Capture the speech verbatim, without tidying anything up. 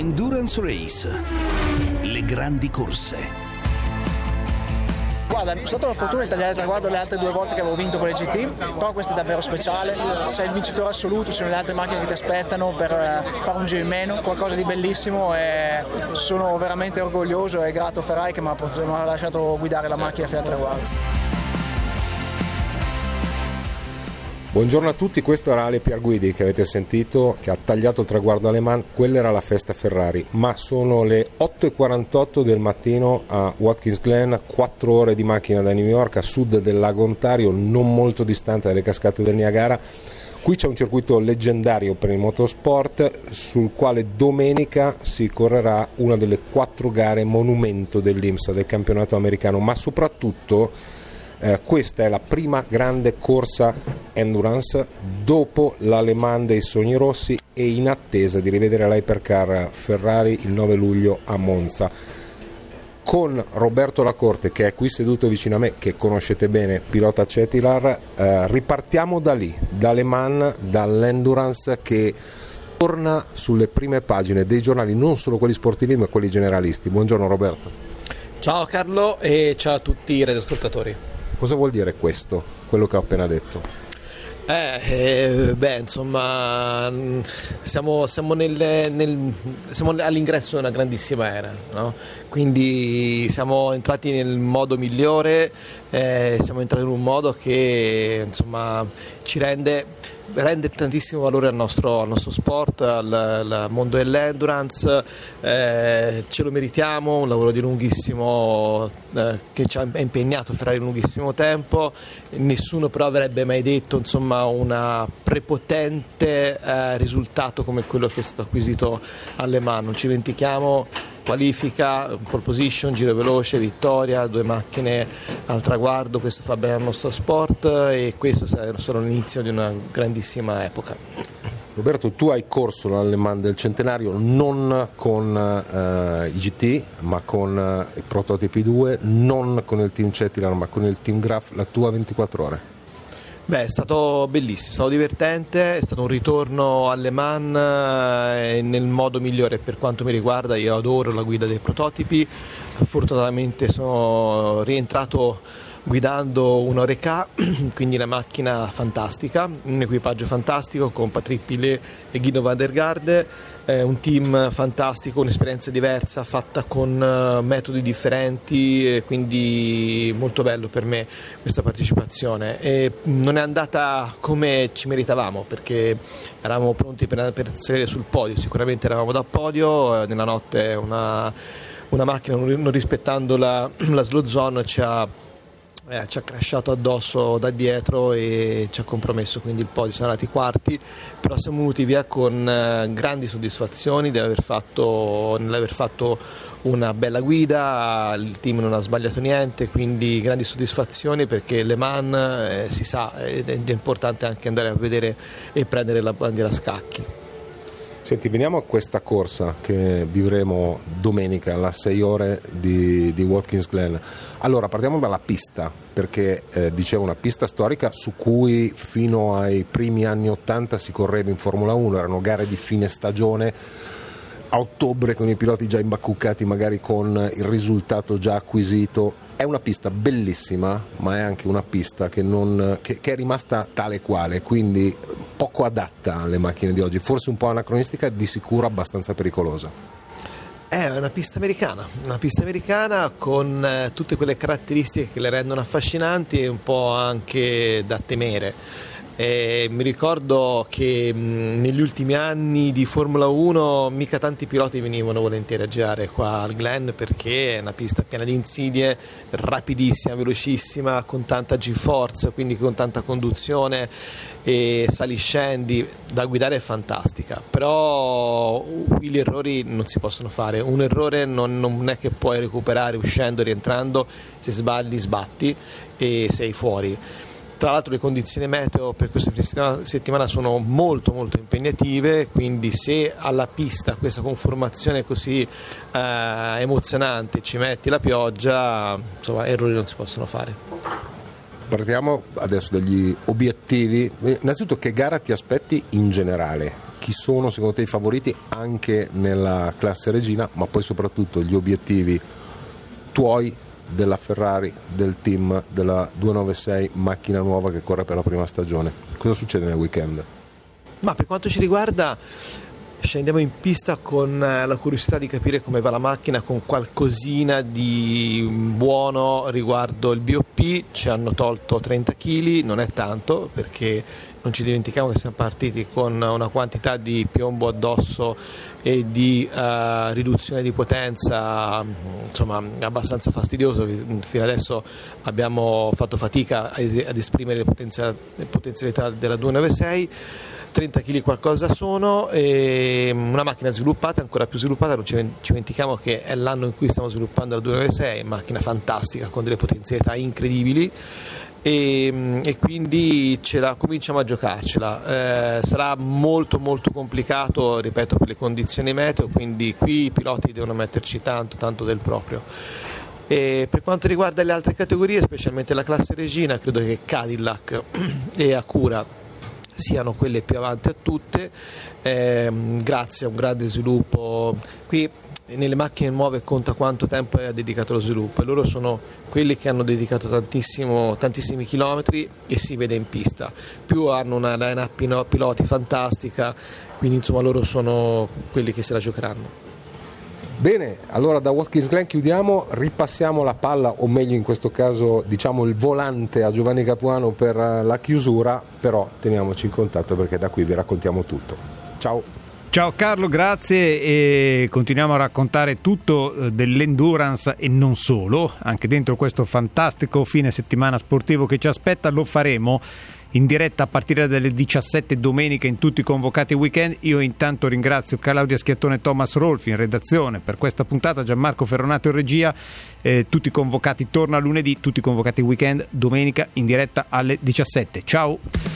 Endurance Race, le grandi corse. Guarda, è stata una fortuna di tagliare il traguardo le altre due volte che avevo vinto con le G T, però questo è davvero speciale, sei il vincitore assoluto, ci sono le altre macchine che ti aspettano per fare un giro in meno, qualcosa di bellissimo, e sono veramente orgoglioso e grato a Ferrari che mi ha lasciato guidare la macchina fino al traguardo. Buongiorno a tutti, questo era Ale Pierguidi che avete sentito, che ha tagliato il traguardo a Le Mans. Quella era la festa Ferrari, ma sono le otto e quarantotto del mattino a Watkins Glen, quattro ore di macchina da New York a sud del lago Ontario, non molto distante dalle cascate del Niagara. Qui c'è un circuito leggendario per il motorsport sul quale domenica si correrà una delle quattro gare monumento dell'IMSA, del campionato americano, ma soprattutto Eh, questa è la prima grande corsa endurance dopo la Le Mans dei Sogni Rossi e in attesa di rivedere l'Hypercar Ferrari il nove luglio a Monza. Con Roberto Lacorte, che è qui seduto vicino a me, che conoscete bene, pilota Cetilar, eh, ripartiamo da lì, da Le Mans, dall'endurance che torna sulle prime pagine dei giornali, non solo quelli sportivi ma quelli generalisti. Buongiorno Roberto. Ciao Carlo e ciao a tutti i radioascoltatori. Cosa vuol dire questo, quello che ho appena detto? Eh, eh, beh, insomma, siamo, siamo, nel, nel, siamo all'ingresso di una grandissima era, no? Quindi siamo entrati nel modo migliore, eh, siamo entrati in un modo che insomma ci rende rende tantissimo valore al nostro, al nostro sport, al, al mondo dell'endurance, eh, ce lo meritiamo, un lavoro di lunghissimo eh, che ci ha impegnato Ferrari un lunghissimo tempo, nessuno però avrebbe mai detto insomma un prepotente eh, risultato come quello che è stato acquisito a Le Mans. Non ci dimentichiamo, qualifica, pole position, giro veloce, vittoria, due macchine al traguardo, questo fa bene al nostro sport e questo sarà solo l'inizio di una grandissima epoca. Roberto, tu hai corso alle Le Mans del centenario non con uh, i G T ma con uh, i prototipi due, non con il team Cetilar ma con il team Graf, la tua ventiquattro ore. Beh, è stato bellissimo, è stato divertente, è stato un ritorno alle Man eh, nel modo migliore per quanto mi riguarda. Io adoro la guida dei prototipi, fortunatamente sono rientrato guidando un Oreca, quindi una macchina fantastica, un equipaggio fantastico con Patrick Pilet e Guido van der Garde, eh, un team fantastico, un'esperienza diversa fatta con uh, metodi differenti, e quindi molto bello per me questa partecipazione. E non è andata come ci meritavamo perché eravamo pronti per, per salire sul podio, sicuramente eravamo da podio, eh, nella notte una, una macchina non rispettando la, la slow zone ci ha Eh, ci ha crashato addosso da dietro e ci ha compromesso quindi il podio. Siamo andati quarti, però siamo venuti via con eh, grandi soddisfazioni di aver fatto, nell'aver fatto una bella guida, il team non ha sbagliato niente, quindi grandi soddisfazioni perché Le Mans eh, si sa, ed è importante anche andare a vedere e prendere la bandiera a scacchi. Senti, veniamo a questa corsa che vivremo domenica, alla sei ore di, di Watkins Glen. Allora, partiamo dalla pista, perché eh, dicevo una pista storica su cui fino ai primi anni ottanta si correva in Formula uno, erano gare di fine stagione, a ottobre con i piloti già imbacuccati, magari con il risultato già acquisito. È una pista bellissima, ma è anche una pista che, non, che, che è rimasta tale quale, quindi poco adatta alle macchine di oggi, forse un po' anacronistica e di sicuro abbastanza pericolosa. È una pista americana, una pista americana con eh, tutte quelle caratteristiche che le rendono affascinanti e un po' anche da temere. E mi ricordo che mh, negli ultimi anni di Formula uno mica tanti piloti venivano volentieri a girare qua al Glen perché è una pista piena di insidie, rapidissima, velocissima, con tanta G-force, quindi con tanta conduzione e saliscendi, da guidare è fantastica, però gli errori non si possono fare, un errore non, non è che puoi recuperare uscendo, rientrando, se sbagli sbatti e sei fuori. Tra l'altro le condizioni meteo per questa settimana sono molto molto impegnative, quindi se alla pista questa conformazione così eh, emozionante ci metti la pioggia, insomma errori non si possono fare. Partiamo adesso dagli obiettivi. Innanzitutto, che gara ti aspetti in generale? Chi sono secondo te i favoriti anche nella classe regina, ma poi soprattutto gli obiettivi tuoi, della Ferrari, del team della duecentonovantasei, macchina nuova che corre per la prima stagione? Cosa succede nel weekend? Ma per quanto ci riguarda, scendiamo in pista con la curiosità di capire come va la macchina, con qualcosina di buono riguardo il B O P. Ci hanno tolto trenta chili, non è tanto, perché non ci dimentichiamo che siamo partiti con una quantità di piombo addosso e di uh, riduzione di potenza, insomma, abbastanza fastidioso. Fino adesso abbiamo fatto fatica ad esprimere le potenzialità della duecentonovantasei. trenta chili qualcosa sono, e una macchina sviluppata, ancora più sviluppata. Non ci dimentichiamo che è l'anno in cui stiamo sviluppando la duecentonovantasei, macchina fantastica con delle potenzialità incredibili, e, e quindi ce la cominciamo a giocarcela. Eh, sarà molto molto complicato, ripeto, per le condizioni meteo, quindi qui i piloti devono metterci tanto tanto del proprio. E per quanto riguarda le altre categorie, specialmente la classe regina, credo che Cadillac e Acura siano quelle più avanti a tutte, eh, grazie a un grande sviluppo. Qui nelle macchine nuove conta quanto tempo è dedicato allo sviluppo, e loro sono quelli che hanno dedicato tantissimo, tantissimi chilometri, e si vede in pista. Più hanno una line-up piloti fantastica, quindi insomma loro sono quelli che se la giocheranno. Bene, allora da Watkins Glen chiudiamo, ripassiamo la palla, o meglio in questo caso diciamo il volante, a Giovanni Capuano per la chiusura, però teniamoci in contatto perché da qui vi raccontiamo tutto. Ciao! Ciao Carlo, grazie, e continuiamo a raccontare tutto dell'endurance e non solo, anche dentro questo fantastico fine settimana sportivo che ci aspetta. Lo faremo in diretta a partire dalle diciassette domenica in tutti i convocati weekend. Io intanto ringrazio Claudia Schiattone e Thomas Rolfi in redazione per questa puntata, Gianmarco Ferronato in regia. Eh, tutti i convocati torna lunedì, tutti i convocati weekend domenica in diretta alle diciassette. Ciao!